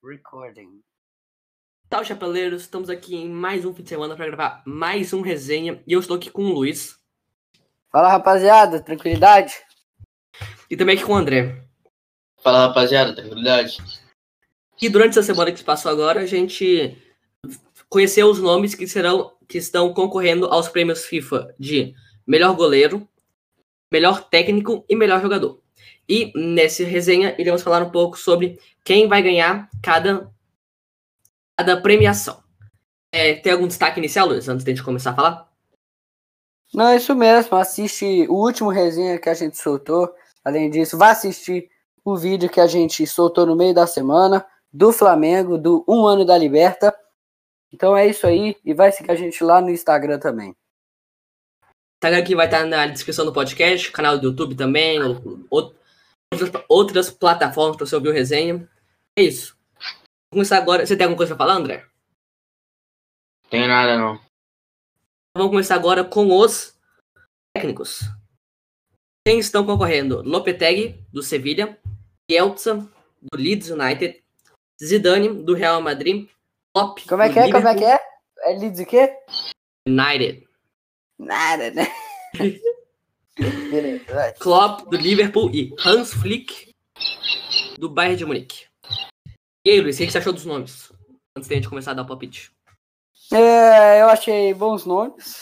Recording. Salve, chapeleiros, estamos aqui em mais um fim de semana para gravar mais um resenha e eu estou aqui com o Luiz. Fala, rapaziada, tranquilidade? E também aqui com o André. Fala, rapaziada, tranquilidade? E durante essa semana que se passou agora, a gente conheceu os nomes que estão concorrendo aos prêmios FIFA de melhor goleiro, melhor técnico e melhor jogador. E nessa resenha iremos falar um pouco sobre quem vai ganhar cada premiação. Tem algum destaque inicial, Luiz, antes de a gente começar a falar? Não, é isso mesmo. Assiste o último resenha que a gente soltou. Além disso, vá assistir o vídeo que a gente soltou no meio da semana do Flamengo, do 1 ano da Liberta. Então é isso aí. E vai seguir a gente lá no Instagram também. O Instagram aqui vai estar na descrição do podcast, canal do YouTube também, outras plataformas para você ouvir o resenha. É isso. Vamos começar agora. Você tem alguma coisa para falar, André? Tenho nada, não. Vamos começar agora com os técnicos. Quem estão concorrendo? Lopetegui, do Sevilha, Bielsa, do Leeds United, Zidane, do Real Madrid, Klopp, Como é que é? Como é que é? É Leeds o quê? United. Nada, né? Beleza, vai. Klopp, do Liverpool e Hans Flick, do Bayern de Munique. E aí, Luiz, o que você achou dos nomes? Antes de a gente começar a dar o palpite. Eu achei bons nomes.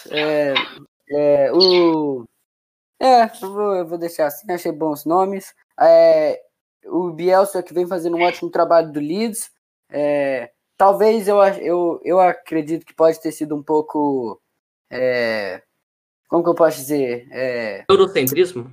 Eu vou deixar assim, achei bons nomes. O Bielsa, que vem fazendo um ótimo trabalho do Leeds. Talvez eu acredito que pode ter sido um pouco. Como que eu posso dizer? Eurocentrismo?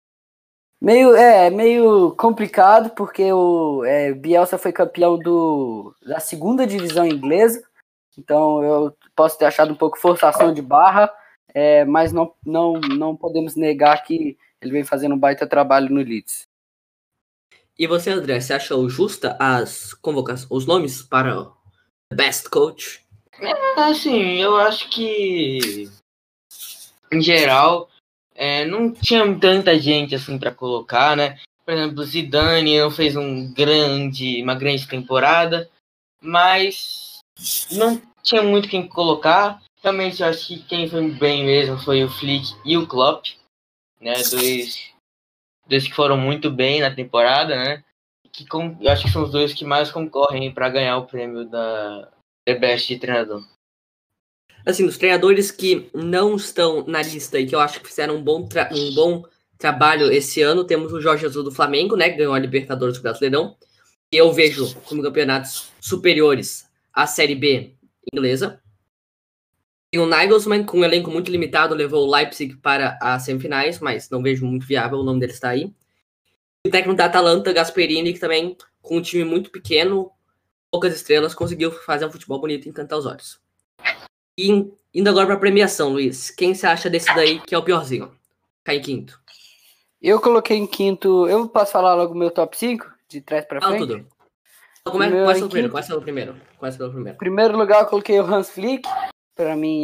Meio complicado, porque o Bielsa foi campeão da segunda divisão inglesa. Então eu posso ter achado um pouco forçação de barra, mas não podemos negar que ele vem fazendo um baita trabalho no Leeds. E você, André, você achou justa os nomes para o Best Coach? Assim, eu acho que, em geral, não tinha tanta gente assim para colocar, né? Por exemplo, Zidane não fez uma grande temporada, mas não tinha muito quem colocar. Realmente, eu acho que quem foi bem mesmo foi o Flick e o Klopp, né? Dois que foram muito bem na temporada, né? Eu acho que são os dois que mais concorrem para ganhar o prêmio da The Best de treinador. Assim, os treinadores que não estão na lista e que eu acho que fizeram um bom trabalho esse ano, temos o Jorge Jesus do Flamengo, né? Que ganhou a Libertadores do Brasileirão. E eu vejo como campeonatos superiores à Série B inglesa. E o Nagelsmann, com um elenco muito limitado, levou o Leipzig para as semifinais, mas não vejo muito viável, o nome dele está aí. E o técnico da Atalanta, Gasperini, que também, com um time muito pequeno, poucas estrelas, conseguiu fazer um futebol bonito e encantar os olhos. E indo agora para a premiação, Luiz, quem você acha desse daí que é o piorzinho? Cai em quinto. Eu coloquei em quinto. Eu posso falar logo o meu top 5? De trás para frente? Fala tudo. Começa pelo primeiro. Em primeiro lugar, eu coloquei o Hans Flick. Para mim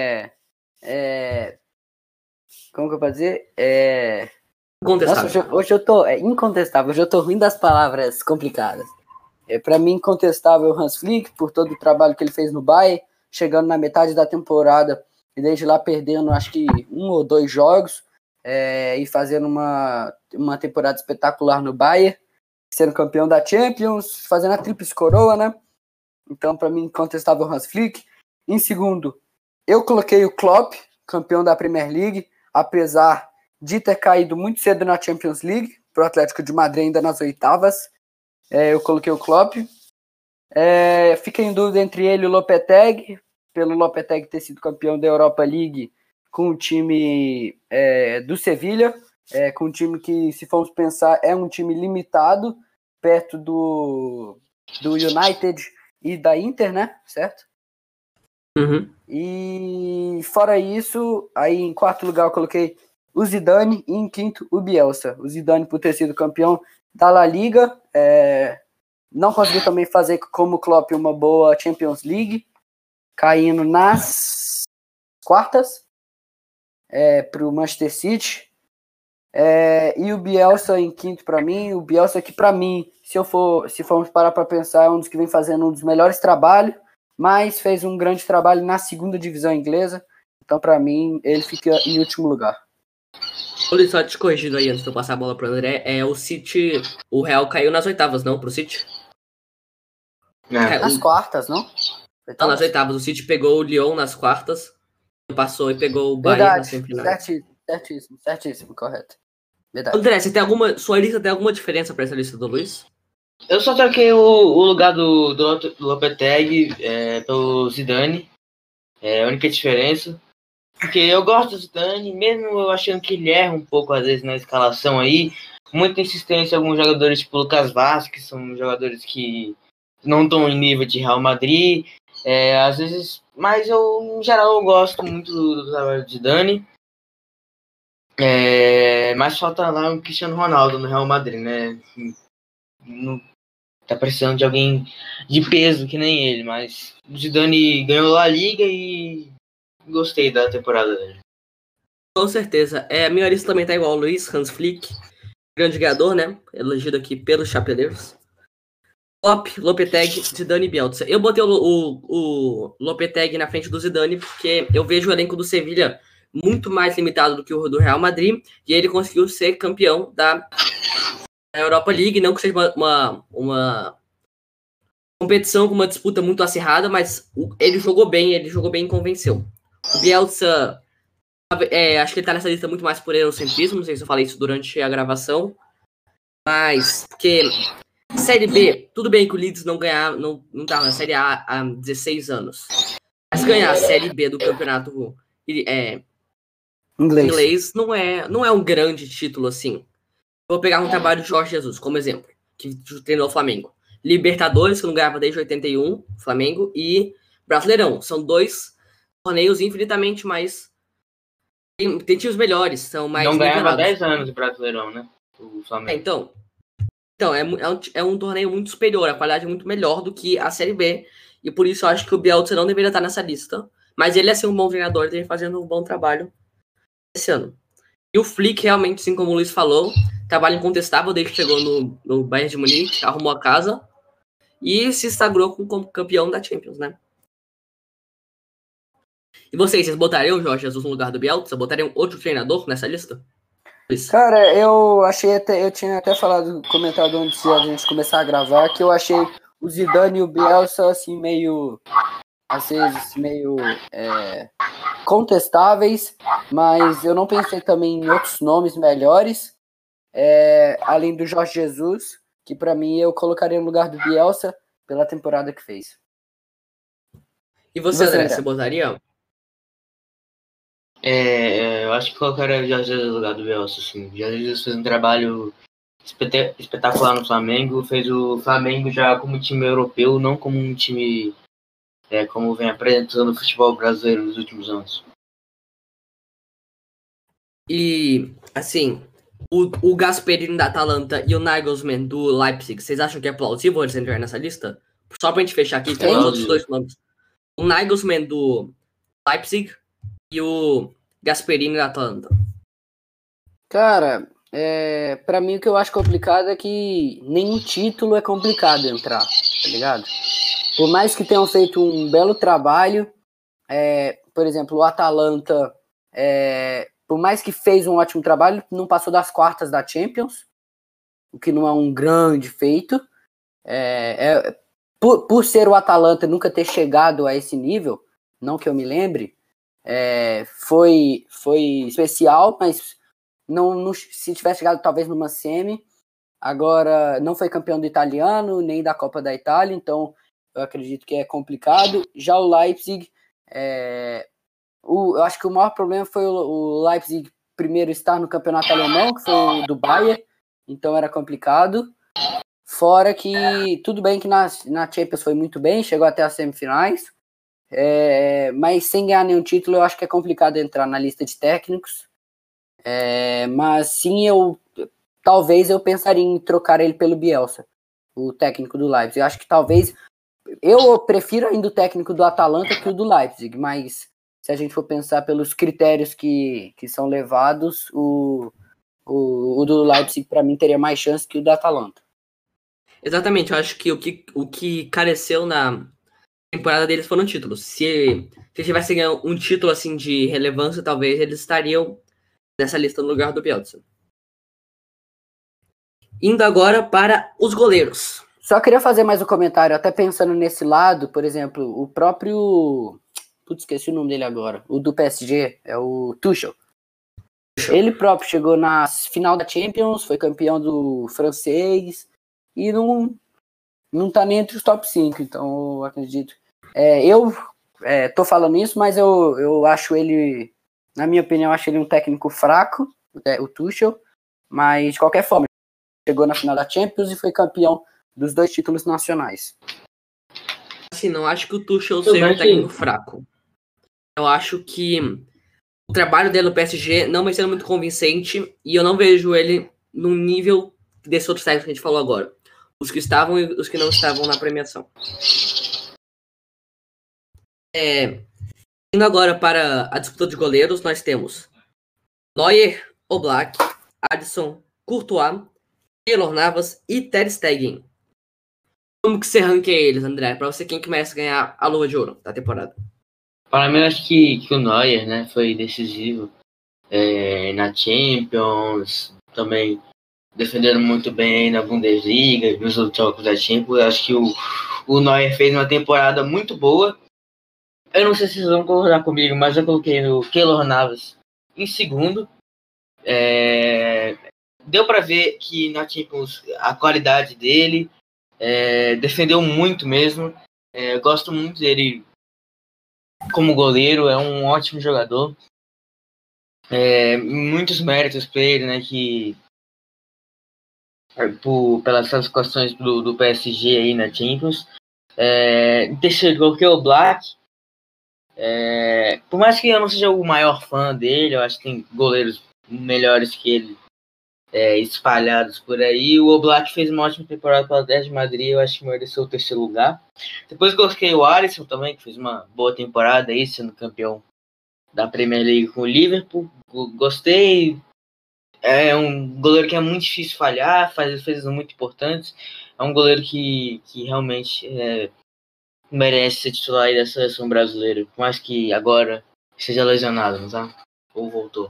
como que eu posso dizer? Incontestável. Nossa, hoje eu tô incontestável. Hoje eu tô ruim das palavras complicadas. Para mim, incontestável o Hans Flick, por todo o trabalho que ele fez no Bayern, chegando na metade da temporada e desde lá perdendo, acho que 1 ou 2 jogos, e fazendo uma temporada espetacular no Bayern, sendo campeão da Champions, fazendo a tríplice coroa, né? Então, para mim, incontestável o Hans Flick. Em segundo, eu coloquei o Klopp, campeão da Premier League, apesar de ter caído muito cedo na Champions League, para o Atlético de Madrid ainda nas oitavas. Eu coloquei o Klopp. Fiquei em dúvida entre ele e o Lopetegui, pelo Lopetegui ter sido campeão da Europa League com o time do Sevilha, com um time que, se formos pensar, é um time limitado, perto do United e da Inter, né? Certo? Uhum. E fora isso, aí em quarto lugar eu coloquei o Zidane e em quinto o Bielsa. O Zidane por ter sido campeão da La Liga, não conseguiu também fazer como o Klopp uma boa Champions League, caindo nas quartas para o Manchester City. E o Bielsa em quinto para mim. O Bielsa que para mim se formos parar para pensar, é um dos que vem fazendo um dos melhores trabalhos, mas fez um grande trabalho na segunda divisão inglesa. Então, para mim, ele fica em último lugar. Olha, só te corrigindo aí antes de eu passar a bola pro André, o City, o Real caiu nas oitavas, não, pro City? Nas quartas, não? Não, nas oitavas. O City pegou o Lyon nas quartas, passou e pegou o Bayern nas semifinais. Certíssimo, correto. Verdade. André, sua lista tem alguma diferença para essa lista do Luiz? Eu só troquei o lugar do Lopetegui pelo Zidane. É a única diferença. Porque eu gosto do Zidane, mesmo eu achando que ele erra um pouco às vezes na escalação aí. Muita insistência em alguns jogadores tipo Lucas Vazquez, que são jogadores que não estão em nível de Real Madrid. Às vezes, mas eu, em geral, eu gosto muito do trabalho de Zidane. Mas falta lá o Cristiano Ronaldo no Real Madrid, né? Não tá precisando de alguém de peso que nem ele, mas o Zidane ganhou a Liga e gostei da temporada dele. Com certeza. A minha lista também tá igual ao Luiz, Hans Flick, grande ganhador, né? Elegido aqui pelos Chapeleiros. Klopp, Lopetegui, Zidane e Bielsa. Eu botei o Lopetegui na frente do Zidane porque eu vejo o elenco do Sevilla muito mais limitado do que o do Real Madrid e ele conseguiu ser campeão da Europa League, não que seja uma competição com uma disputa muito acirrada, mas ele jogou bem e convenceu. O Bielsa, acho que ele tá nessa lista muito mais por eurocentrismo, não sei se eu falei isso durante a gravação, mas porque Série B, tudo bem que o Leeds não tá na Série A há 16 anos, mas ganhar a Série B do campeonato inglês não é um grande título assim. Vou pegar um trabalho de Jorge Jesus como exemplo, que treinou o Flamengo. Libertadores, que não ganhava desde 81, Flamengo, e Brasileirão. São dois torneios infinitamente mais... Tem times melhores, são mais... Não ganhava 10 anos de Brasileirão, né? O Flamengo. Então é um torneio muito superior, a qualidade é muito melhor do que a Série B, e por isso eu acho que o Bielsa não deveria estar nessa lista. Mas ele é ser um bom treinador, ele está fazendo um bom trabalho esse ano. E o Flick, realmente, assim como o Luiz falou, trabalho incontestável desde que chegou no Bayern de Munique, arrumou a casa e se sagrou como campeão da Champions, né? E vocês botariam o Jorge Jesus no lugar do Bielsa? Botariam outro treinador nessa lista? Cara, eu tinha até comentado antes de a gente começar a gravar, que eu achei o Zidane e o Bielsa, assim, às vezes, meio contestáveis, mas eu não pensei também em outros nomes melhores, além do Jorge Jesus, que para mim eu colocaria no lugar do Bielsa pela temporada que fez. E você, André, você botaria? Eu acho que colocaria o Jorge Jesus no lugar do Bielsa, assim. O Jorge Jesus fez um trabalho espetacular no Flamengo, fez o Flamengo já como um time europeu, não como um time como vem apresentando o futebol brasileiro nos últimos anos. E, assim, o Gasperini da Atalanta e o Nagelsmann do Leipzig, vocês acham que é plausível eles entrarem nessa lista? Só pra gente fechar aqui, tem os outros dois nomes. O Nagelsmann do Leipzig e o Gasperini da Atalanta. Cara, pra mim o que eu acho complicado é que nenhum título é complicado entrar, tá ligado? Por mais que tenham feito um belo trabalho, por exemplo, o Atalanta, por mais que fez um ótimo trabalho, não passou das quartas da Champions, o que não é um grande feito. Por ser o Atalanta nunca ter chegado a esse nível, não que eu me lembre, foi especial, mas não, se tivesse chegado talvez numa semi. Agora não foi campeão do italiano, nem da Copa da Itália, então eu acredito que é complicado. Já o Leipzig, eu acho que o maior problema foi o Leipzig primeiro estar no campeonato alemão, que foi o do Bayern, então era complicado. Fora que tudo bem que na Champions foi muito bem, chegou até as semifinais, mas sem ganhar nenhum título eu acho que é complicado entrar na lista de técnicos. Mas sim, talvez eu pensaria em trocar ele pelo Bielsa, o técnico do Leipzig. Eu acho que talvez eu prefiro ainda o técnico do Atalanta que o do Leipzig, mas se a gente for pensar pelos critérios que são levados, o do Leipzig para mim teria mais chance que o do Atalanta. Exatamente, eu acho que o que careceu na temporada deles foram títulos. Se eles tivessem ganho um título assim de relevância, talvez eles estariam nessa lista no lugar do Bielsa. Indo agora para os goleiros. Só queria fazer mais um comentário, até pensando nesse lado, por exemplo, o próprio... Putz, esqueci o nome dele agora. O do PSG, é o Tuchel. Ele próprio chegou na final da Champions, foi campeão do francês e não tá nem entre os top 5, então eu acredito. Eu tô falando isso, mas eu acho ele, na minha opinião, acho ele um técnico fraco, o Tuchel, mas de qualquer forma, chegou na final da Champions e foi campeão dos 2 títulos nacionais. Assim, não acho que o Tuchel seja um técnico fraco. Eu acho que o trabalho dele no PSG não vai ser muito convincente e eu não vejo ele num nível desses outros técnicos que a gente falou agora. Os que estavam e os que não estavam na premiação. Indo agora para a disputa de goleiros, nós temos Neuer, Oblak, Alisson, Courtois, Keylor Navas e Ter Stegen. Como que você ranqueia eles, André? Para você, quem que merece ganhar a Luva de Ouro da temporada? Para mim, eu acho que o Neuer, né, foi decisivo na Champions, também defendendo muito bem na Bundesliga, nos outros jogos da Champions. Eu acho que o Neuer fez uma temporada muito boa. Eu não sei se vocês vão concordar comigo, mas eu coloquei o Keylor Navas em segundo. Deu para ver que na Champions a qualidade dele, defendeu muito mesmo. Gosto muito dele como goleiro, é um ótimo jogador. Muitos méritos para ele, né, que pelas classificações do PSG aí na Champions. Em terceiro, coloquei o Black. Por mais que eu não seja o maior fã dele, eu acho que tem goleiros melhores que ele espalhados por aí. O Oblak fez uma ótima temporada pela 10 de Madrid, eu acho que mereceu o terceiro lugar. Depois coloquei o Alisson também, que fez uma boa temporada aí, sendo campeão da Premier League com o Liverpool. Gostei. É um goleiro que é muito difícil falhar, faz defesas muito importantes. É um goleiro que realmente merece ser titular aí da seleção brasileira, por mais que agora seja lesionado, não tá? Ou voltou.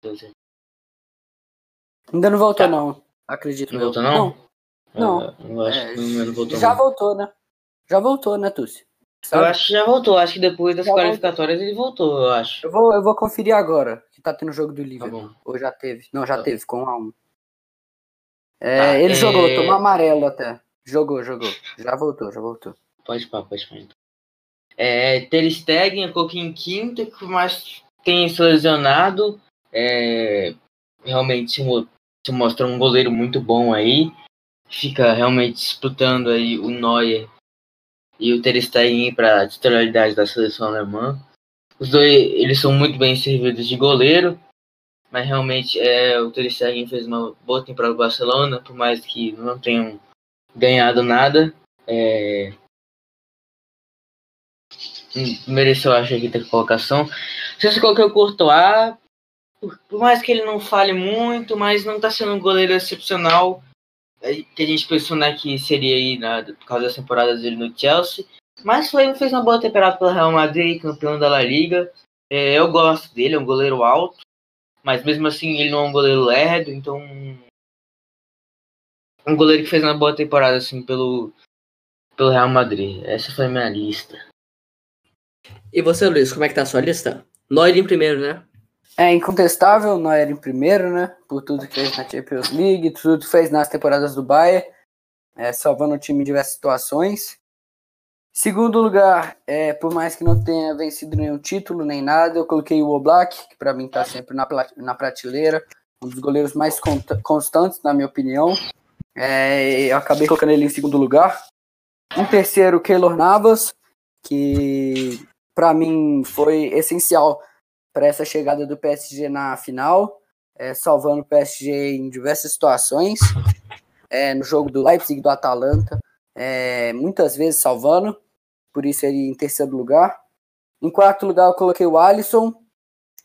Ainda não voltou, não. Acredito. Não voltou, não? Não. Eu acho que não voltou. Já voltou, né? Já voltou, né, Túcio? Eu acho que já voltou. Acho que depois das Já qualificatórias ele voltou, eu acho. Eu vou conferir agora, que tá tendo jogo do Liverpool. Tá bom. Ou já teve? Não, já teve, com 1-1. Tá, jogou, tomou amarelo até. Jogou. Já voltou. Pode pá, então. Ter Stegen, eu coloquei em quinto, mas tem se lesionado. Realmente se mostra um goleiro muito bom aí. Fica realmente disputando aí o Neuer e o Ter Stegen para a titularidade da seleção alemã. Os dois, eles são muito bem servidos de goleiro, mas realmente o Ter Stegen fez uma boa temporada no Barcelona, por mais que não tenham ganhado nada. Mereceu, acho, aqui ter colocação. Se você colocar o Courtois, por mais que ele não fale muito, mas não está sendo um goleiro excepcional, que a gente pensou, né, que seria aí por causa das temporadas dele no Chelsea, mas fez uma boa temporada pelo Real Madrid, campeão da La Liga. Eu gosto dele, é um goleiro alto, mas mesmo assim ele não é um goleiro lerdo, então um goleiro que fez uma boa temporada assim pelo Real Madrid. Essa foi a minha lista. E você, Luiz, como é que tá a sua lista? Neuer em primeiro, né? É incontestável, Neuer em primeiro, né? Por tudo que fez na Champions League, tudo que fez nas temporadas do Bayern, salvando o time em diversas situações. Segundo lugar, por mais que não tenha vencido nenhum título, nem nada, eu coloquei o Oblak, que para mim tá sempre na prateleira, um dos goleiros mais constantes, na minha opinião. Eu acabei colocando ele em segundo lugar. Em terceiro, Keylor Navas, que para mim foi essencial para essa chegada do PSG na final, salvando o PSG em diversas situações, no jogo do Leipzig, do Atalanta, muitas vezes salvando, por isso ele em terceiro lugar. Em quarto lugar eu coloquei o Alisson,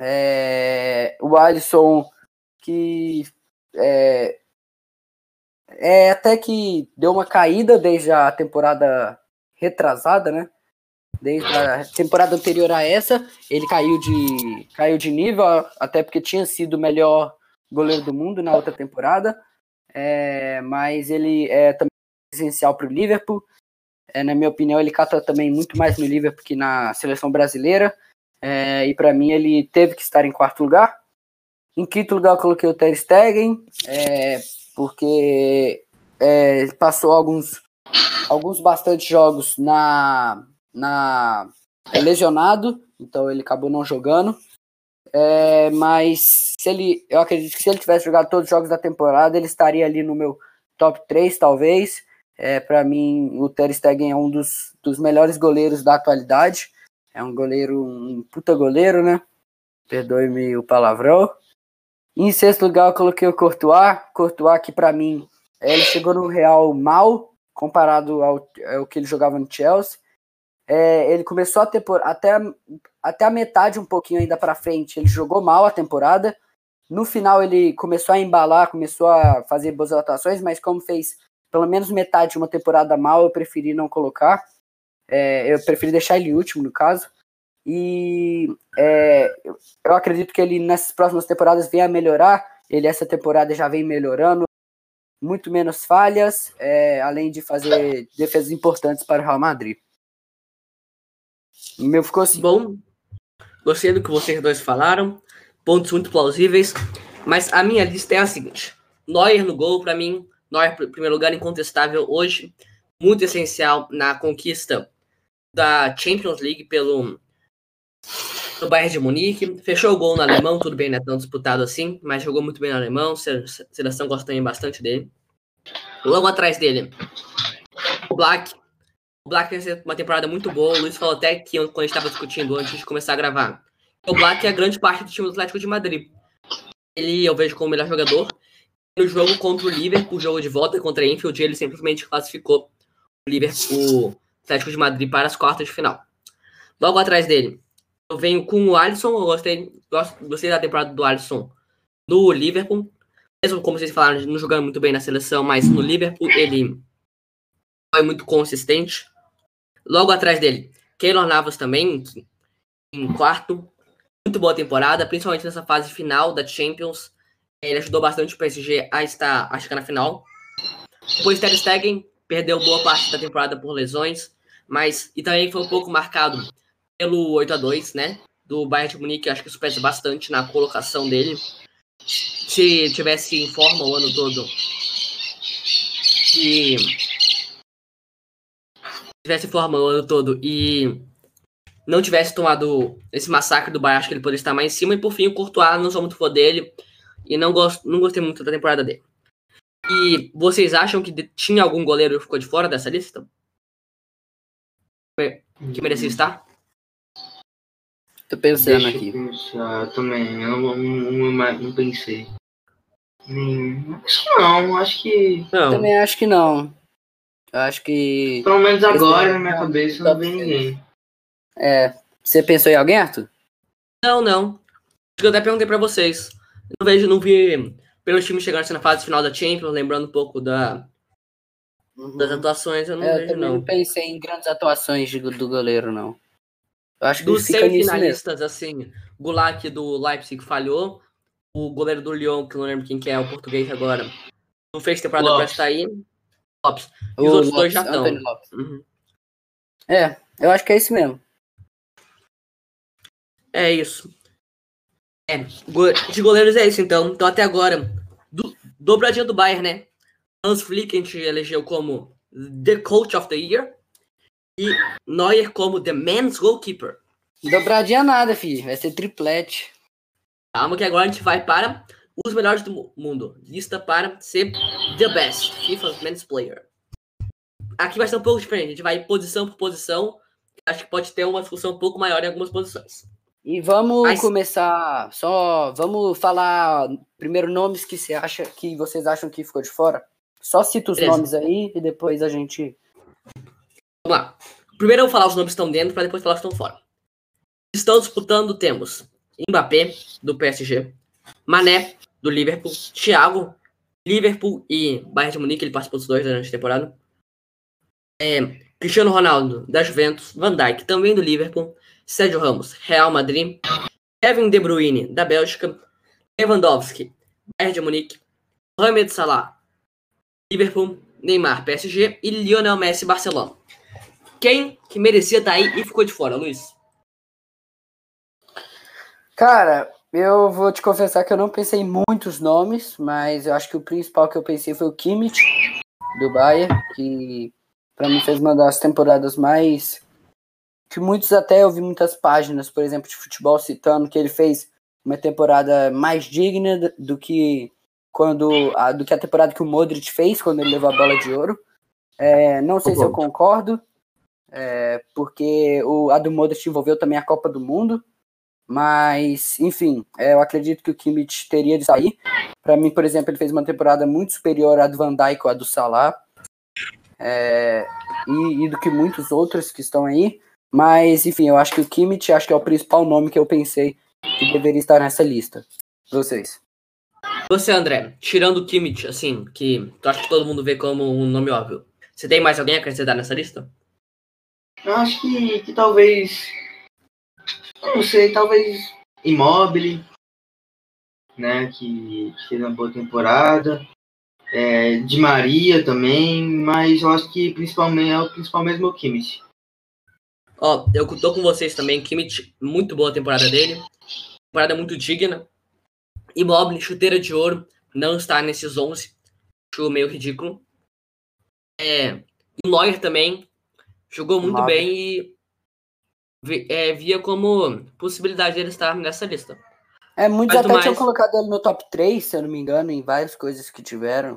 que até que deu uma caída desde a temporada retrasada, né? Desde a temporada anterior a essa, ele caiu de nível, até porque tinha sido o melhor goleiro do mundo na outra temporada. Mas ele é também essencial para o Liverpool. Na minha opinião, ele cata também muito mais no Liverpool que na seleção brasileira. E para mim, ele teve que estar em quarto lugar. Em quinto lugar, eu coloquei o Ter Stegen, porque passou alguns bastantes jogos lesionado, então ele acabou não jogando. Mas eu acredito que se ele tivesse jogado todos os jogos da temporada, ele estaria ali no meu top 3, talvez. Para mim, o Ter Stegen é um dos melhores goleiros da atualidade. É um puta goleiro, né? Perdoe-me o palavrão. Em sexto lugar, eu coloquei o Courtois. Courtois, que para mim, ele chegou no Real mal, comparado ao que ele jogava no Chelsea. Ele começou a temporada, até a metade, um pouquinho ainda para frente, ele jogou mal a temporada. No final, ele começou a embalar, começou a fazer boas atuações, mas como fez pelo menos metade de uma temporada mal, eu preferi não colocar. Eu preferi deixar ele último, no caso. E eu acredito que ele, nessas próximas temporadas, venha a melhorar. Ele, essa temporada, já vem melhorando. Muito menos falhas, além de fazer defesas importantes para o Real Madrid. O meu ficou assim. Bom, gostei do que vocês dois falaram. Pontos muito plausíveis. Mas a minha lista é a seguinte. Neuer no gol, para mim. Neuer, em primeiro lugar, incontestável hoje. Muito essencial na conquista da Champions League pelo Bayern de Munique. Fechou o gol no alemão. Tudo bem, não é tão disputado assim, mas jogou muito bem no alemão. A seleção gosta também bastante dele. Logo atrás dele, o Black. O Black vai ser uma temporada muito boa. O Luiz falou até que quando a gente estava discutindo antes de começar a gravar. O Black é grande parte do time do Atlético de Madrid. Ele eu vejo como o melhor jogador. No jogo contra o Liverpool, o jogo de volta contra a Anfield, ele simplesmente classificou o Atlético de Madrid para as quartas de final. Logo atrás dele, eu venho com o Alisson. Eu gostei da temporada do Alisson no Liverpool. Mesmo como vocês falaram, não jogando muito bem na seleção, mas no Liverpool ele foi muito consistente. Logo atrás dele, Keylor Navas também, em quarto. Muito boa temporada, principalmente nessa fase final da Champions. Ele ajudou bastante o PSG a chegar na final. Depois Ter Stegen perdeu boa parte da temporada por lesões, e também foi um pouco marcado pelo 8-2, né, do Bayern de Munique. Acho que isso pesa bastante na colocação dele. Se tivesse em forma o ano todo e não tivesse tomado esse massacre do Bayern, acho que ele poderia estar mais em cima. E por fim, o Courtois, não sou muito fã dele e não gostei muito da temporada dele. E vocês acham que tinha algum goleiro que ficou de fora dessa lista? Que merecia estar? Tô pensando aqui. Pensar também, eu não pensei. Acho que não, acho que... Não. Também acho que não. Eu acho que... Pelo menos agora, na minha cabeça, não vem ninguém. Você pensou em alguém, Arthur? Não. Acho que eu até perguntei pra vocês. Não vi pelos times chegarem na fase final da Champions, lembrando um pouco das atuações, eu não vejo, também não pensei em grandes atuações do goleiro, não. Eu acho que dos semifinalistas, assim, Gulak do Leipzig falhou, o goleiro do Lyon, que eu não lembro quem que é, o português agora, não fez temporada pra estar aí. Lopes. E os outros dois já estão. Uhum. Eu acho que é isso mesmo. É isso. De goleiros é isso, então. Então, até agora, dobradinha do Bayern, né? Hans Flick a gente elegeu como The Coach of the Year e Neuer como The Man's Goalkeeper. Dobradinha nada, filho. Vai ser triplete. Calma que agora a gente vai para os melhores do mundo. Lista para ser The Best FIFA Men's Player. Aqui vai ser um pouco diferente. A gente vai posição por posição. Acho que pode ter uma discussão um pouco maior em algumas posições. E vamos começar, vamos falar primeiro nomes que vocês acham que ficou de fora. Só cita os nomes aí e depois a gente... Vamos lá. Primeiro eu vou falar os nomes que estão dentro para depois falar os que estão fora. Estão disputando, temos Mbappé, do PSG, Mané, do Liverpool, Thiago, Liverpool e Bayern de Munique, ele participou dos dois durante a temporada. Cristiano Ronaldo, da Juventus. Van Dijk, também do Liverpool. Sérgio Ramos, Real Madrid. Kevin De Bruyne, da Bélgica. Lewandowski, Bayern de Munique. Mohamed Salah, Liverpool. Neymar, PSG. E Lionel Messi, Barcelona. Quem que merecia estar aí e ficou de fora, Luiz? Cara, eu vou te confessar que eu não pensei em muitos nomes, mas eu acho que o principal que eu pensei foi o Kimmich, do Bayern, que pra mim fez uma das temporadas mais... que muitos até, eu vi muitas páginas, por exemplo, de futebol citando que ele fez uma temporada mais digna do que a temporada que o Modric fez quando ele levou a bola de ouro. Não sei se eu concordo, porque a do Modric envolveu também a Copa do Mundo, mas, enfim, eu acredito que o Kimmich teria de sair. Para mim, por exemplo, ele fez uma temporada muito superior à do Van Dijk ou à do Salah, e do que muitos outros que estão aí. Mas, enfim, eu acho que o Kimmich é o principal nome que eu pensei que deveria estar nessa lista. Vocês? Você, André, tirando o Kimmich, assim, que tu acha que todo mundo vê como um nome óbvio, você tem mais alguém a acrescentar nessa lista? Eu acho que talvez... não sei, talvez Immobile, né, que fez uma boa temporada. Di Maria também, mas eu acho que principalmente o principal mesmo é o Kimmich. Eu tô com vocês também. Kimmich, muito boa a temporada dele. Temporada muito digna. Immobile, chuteira de ouro, não está nesses 11. Acho meio ridículo. O Neuer também jogou muito bem e via como possibilidade dele estar nessa lista. Muitos até tinham colocado ele no top 3, se eu não me engano, em várias coisas que tiveram.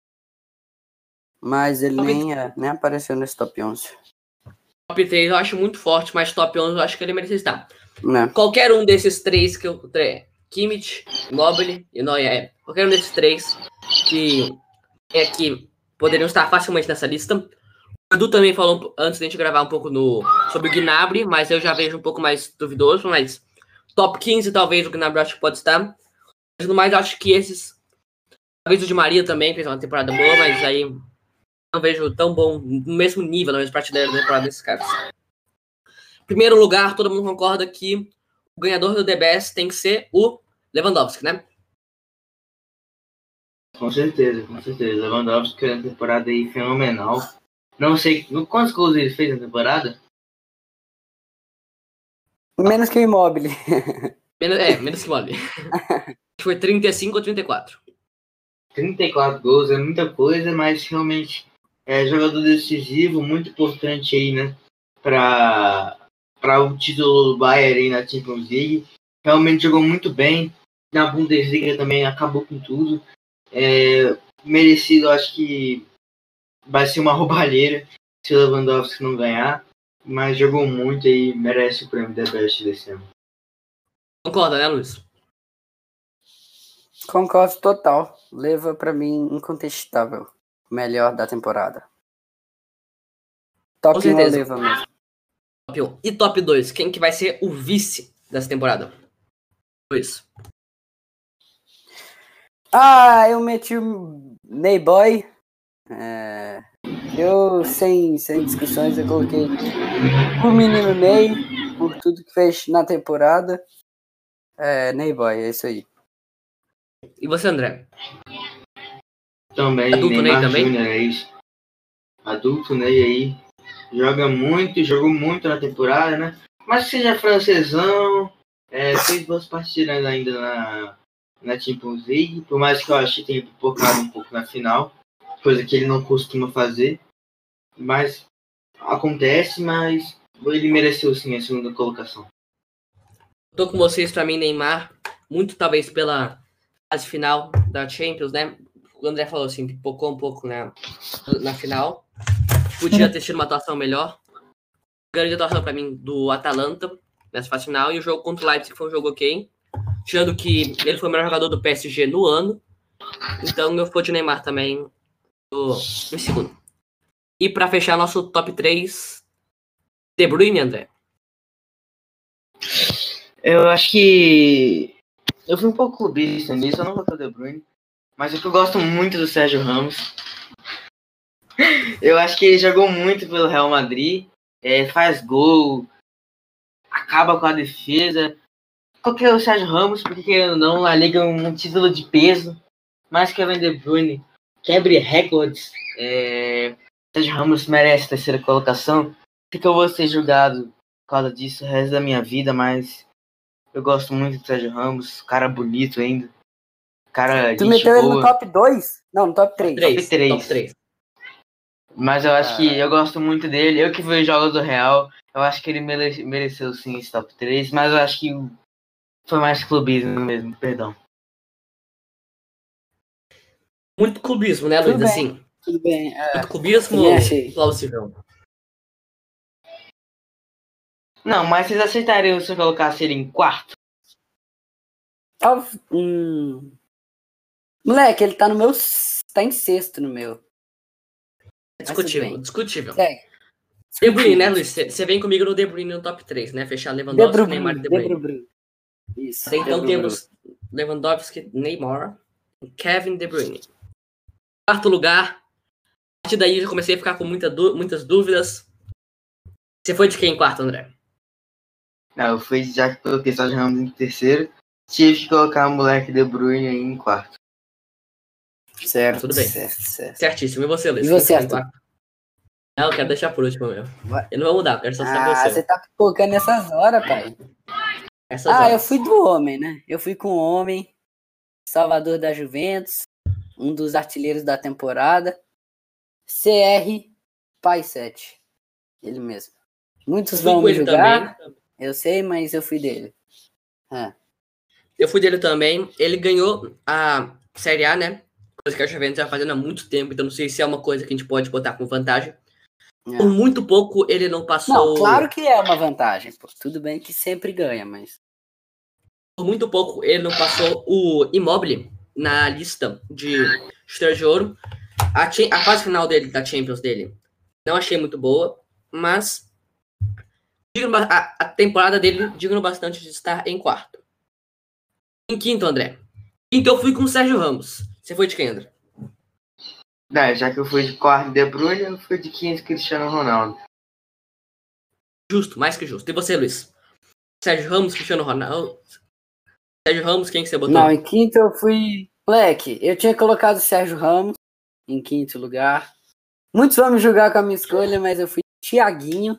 Mas ele nem apareceu nesse top 11. Top 3 eu acho muito forte, mas top 11 eu acho que ele merece estar. Não. Qualquer um desses três que eu... Kimmich, Immobile e Neuer. Qualquer um desses três que poderiam estar facilmente nessa lista. O Edu também falou antes de a gente gravar um pouco sobre o Gnabry, mas eu já vejo um pouco mais duvidoso, mas top 15 talvez o Gnabry acho que pode estar. Mas no mais, eu acho que esses... Talvez o Di Maria também fez uma temporada boa, mas aí não vejo tão bom, no mesmo nível, na mesma prateleira da temporada desses caras. Primeiro lugar, todo mundo concorda que o ganhador do The Best tem que ser o Lewandowski, né? Com certeza, com certeza. Lewandowski fez uma temporada aí fenomenal. Não sei quantos gols ele fez na temporada? Menos que o Immobile. Menos que o Immobile. Foi 35 ou 34. 34 gols é muita coisa, mas realmente é jogador decisivo, muito importante aí, né? Para o título do Bayern aí na Champions League. Realmente jogou muito bem. Na Bundesliga também acabou com tudo. Merecido, acho que vai ser uma roubalheira se o Lewandowski não ganhar. Mas jogou muito e merece o prêmio The Best desse ano. Concorda, né, Luiz? Concordo total. Leva pra mim incontestável. Melhor da temporada. Top 1 leva mesmo. Top 1. E top 2? Quem que vai ser o vice dessa temporada? Luiz. Eu meti o Neyboy. Eu, sem discussões, eu coloquei o menino Ney, por tudo que fez na temporada. Neyboy, é isso aí. E você, André? Também, Adulto Neymar Ney também? Júnior aí. Adulto Ney aí. Jogou muito na temporada, né? Mas que seja francesão, fez boas partidas ainda na Champions League, por mais que eu acho que tenha pipocado um pouco na final, coisa que ele não costuma fazer. Mas acontece, mas ele mereceu sim a segunda colocação. Tô com vocês, pra mim, Neymar, muito talvez pela fase final da Champions, né? O André falou assim, pipocou um pouco na final. Podia ter tido uma atuação melhor. Grande atuação pra mim do Atalanta nessa fase final. E o jogo contra o Leipzig foi um jogo ok. Tirando que ele foi o melhor jogador do PSG no ano. Então eu vou de Neymar também em segundo. E pra fechar nosso top 3, De Bruyne, André. Eu acho que eu fui um pouco clubista nisso, eu não vou fazer De Bruyne, Mas o que eu gosto muito do Sérgio Ramos, eu acho que ele jogou muito pelo Real Madrid, faz gol, acaba com a defesa. Qualquer o Sérgio Ramos, porque querendo ou não, a Liga é um título de peso, mais que Kevin De Bruyne quebre recordes. Sérgio Ramos merece a terceira colocação. Sei que eu vou ser julgado por causa disso o resto da minha vida, mas eu gosto muito do Sérgio Ramos, cara bonito ainda. Cara, Tu gente meteu ele no boa. top 2? Não, no top 3. Top 3. Top 3. Mas eu acho que eu gosto muito dele. Eu que vi os jogos do Real, eu acho que ele mereceu sim esse top 3, mas eu acho que foi mais clubismo mesmo, perdão. Muito clubismo, né, Luiz? Tudo bem, Assim, tudo bem. muito clubismo também achei. plausível. Não, mas vocês aceitariam se eu colocasse ele em quarto? Moleque, ele tá no meu. Tá em sexto no meu. Discutível, discutível. Segue. De Bruyne, né, Luiz? Você vem comigo no De Bruyne no top 3, né? Fechar Lewandowski, Neymar e De Bruyne. Isso. Até então temos Lewandowski, Neymar e Kevin De Bruyne. Quarto lugar. A partir daí eu já comecei a ficar com muitas dúvidas. Você foi de quem em quarto, André? Não, eu fui já que coloquei Sérgio Ramos em terceiro. Tive que colocar o moleque De Bruyne aí em quarto. Certo, tudo bem. Certo. Certíssimo. E você, Luiz? E você, quem foi em quarto? Não, eu quero deixar por último mesmo. Eu não vou mudar, eu quero só saber o seu. Você tá colocando nessas horas, pai. Eu fui do homem, né? Eu fui com o homem, Salvador da Juventus, um dos artilheiros da temporada, CR Pai 7. Ele mesmo. Muitos vão me julgar, também. Eu sei, mas eu fui dele. Eu fui dele também. Ele ganhou a Série A, né? Coisa que a Juventus já fazendo há muito tempo, então não sei se é uma coisa que a gente pode botar com vantagem. Por muito pouco ele não passou... Não, claro que é uma vantagem, pô. Tudo bem que sempre ganha, mas... Por muito pouco ele não passou o Immobile na lista de chuteiros de ouro. A fase final dele, da Champions dele, não achei muito boa, mas a temporada dele digno bastante de estar em quarto. Em quinto, André. Quinto eu fui com o Sérgio Ramos. Você foi de quem, André? Já que eu fui de quarto De Bruyne, eu fui de quinto Cristiano Ronaldo. Justo, mais que justo. E você, Luiz? Sérgio Ramos, Cristiano Ronaldo? Sérgio Ramos, quem que você botou? Não, em quinto eu fui... Moleque, eu tinha colocado o Sérgio Ramos em quinto lugar. Muitos vão me julgar com a minha escolha, mas eu fui Thiaguinho,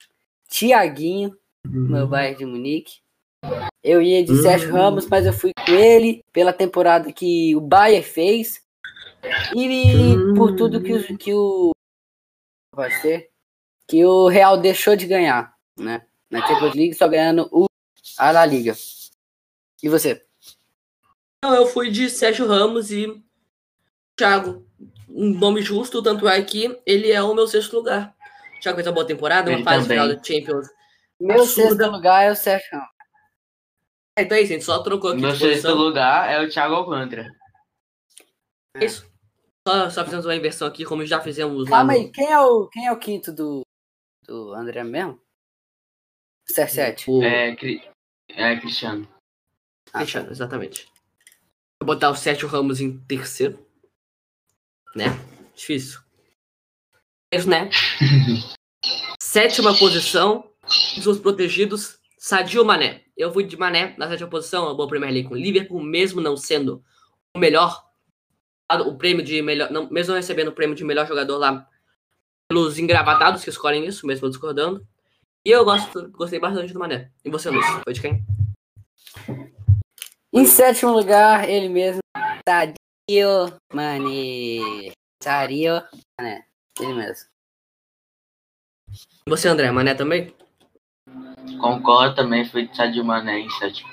meu Bayern de Munique. Eu ia de Sérgio Ramos, mas eu fui com ele pela temporada que o Bayern fez e por tudo que o Real deixou de ganhar, né? Na Champions League, só ganhando a La Liga. E você? Não, eu fui de Sérgio Ramos e Thiago. Um nome justo, tanto é que ele é o meu sexto lugar. Thiago fez uma boa temporada, uma fase final da Champions. Meu sexto lugar é o Sérgio Ramos. Então é isso, a gente só trocou aqui meu de posição. Meu sexto lugar é o Thiago Alcântara. Isso. Só fizemos uma inversão aqui, como já fizemos lá. Calma aí, quem é o quinto do André mesmo? CR7. Cristiano. Cristiano, exatamente. Vou botar o Sérgio Ramos em terceiro. Né? Difícil. Mas, né? Sétima posição. Os protegidos. Sadio Mané. Eu fui de Mané na sétima posição. A boa Premier League com o Liverpool, mesmo não sendo o melhor. O prêmio de melhor. Não, mesmo não recebendo o prêmio de melhor jogador lá. Pelos engravatados que escolhem isso, mesmo discordando. E eu gostei bastante do Mané. E você, Luiz? Foi de quem? Em sétimo lugar, ele mesmo. Sadio Mané. Sadio Mané. Ele mesmo. E você, André? Mané também? Concordo também, foi de Sadio Mané em sétimo.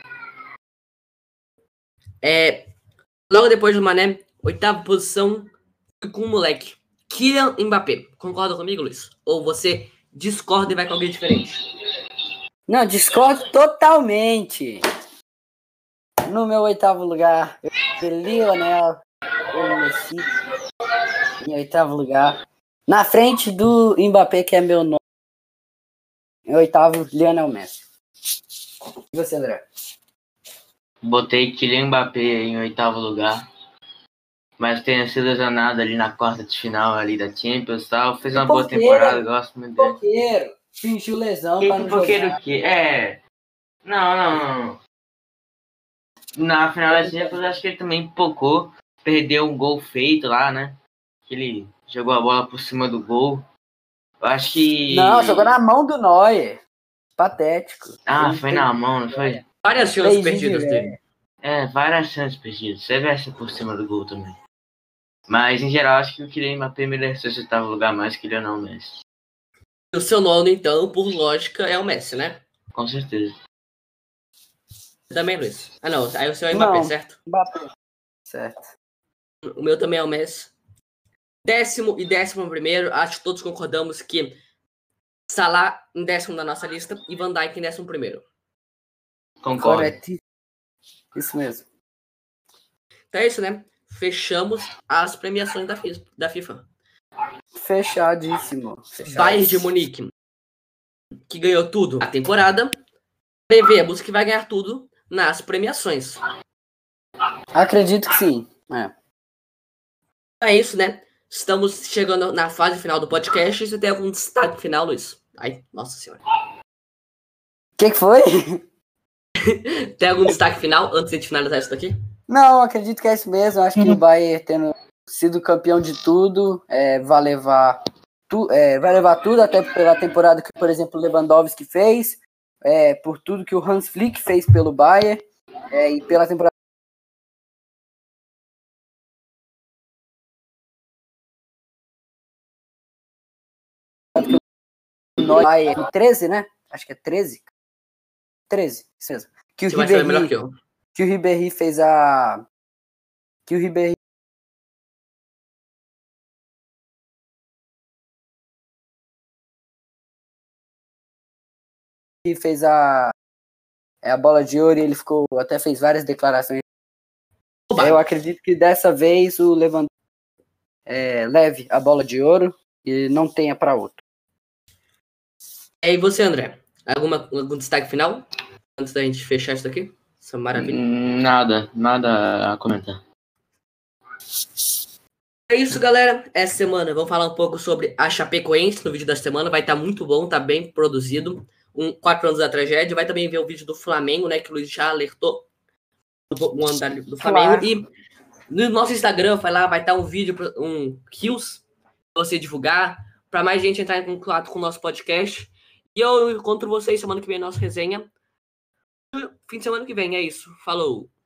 Logo depois do Mané, oitava posição, fui com o moleque. Kylian Mbappé. Concorda comigo, Luiz? Ou você discorda e vai com alguém diferente? Não, discordo totalmente. No meu oitavo lugar, eu fui Lionel Messi. Em oitavo lugar. Na frente do Mbappé, que é meu nome. Em oitavo, Lionel Messi. E você, André? Botei Kylian Mbappé em oitavo lugar. mas tenha se lesionado ali na quarta de final ali da Champions e tal. Fez uma boa temporada, gosto muito dele. Pipoqueiro, fingiu lesão para não jogar. Que Não. Na final da Champions, acho que ele também pipocou. Perdeu um gol feito lá, né? Que ele jogou a bola por cima do gol. Eu acho que... Não, jogou na mão do Neuer. Patético. Foi na mão, não foi? Várias chances perdidas dele. Várias chances perdidas. Você vai ser por cima do gol também. Mas, em geral, acho que o Kylian Mbappé mereceu esse 8º lugar mais que ele não Messi. O seu nono, então, por lógica, é o Messi, né? Com certeza. Também, Luiz. Ah, não. Aí o seu é o Mbappé, certo? Mbappé. Certo. O meu também é o Messi. 10º e 11º, acho que todos concordamos que Salah em 10º na nossa lista e Van Dijk em 11º. Concordo. Correto. Isso mesmo. Então é isso, né? Fechamos as premiações da FIFA. Fechadíssimo. Bayern de Munique, que ganhou tudo a temporada. Prevemos que vai ganhar tudo nas premiações. Acredito que sim. É isso, né? Estamos chegando na fase final do podcast. Você tem algum destaque final, Luiz? Ai, nossa senhora. O que foi? Tem algum destaque final antes de a gente finalizar isso daqui? Não, acredito que é isso mesmo. Acho que o Bayern, tendo sido campeão de tudo, vai levar tudo, até pela temporada que, por exemplo, o Lewandowski fez, por tudo que o Hans Flick fez pelo Bayern, e pela temporada que o Bayern 13, né? Acho que é 13. 13, isso mesmo. Que o Ribéry fez a... Que o Ribéry fez a bola de ouro e ele até fez várias declarações. Eu acredito que dessa vez o Lewandowski leve a bola de ouro e não tenha para outro. E você, André? Algum destaque final? Antes da gente fechar isso daqui? Essa maravilha. Nada a comentar. É isso, galera. Essa semana vamos falar um pouco sobre a Chapecoense no vídeo da semana. Vai estar muito bom, tá bem produzido. 4 anos da tragédia. Vai também ver o vídeo do Flamengo, né? Que o Luiz já alertou o andar do Flamengo. Claro. E no nosso Instagram, vai estar um vídeo, um Reels, pra você divulgar, para mais gente entrar em contato com o nosso podcast. E eu encontro vocês semana que vem na nossa resenha. Fim de semana que vem, é isso. Falou!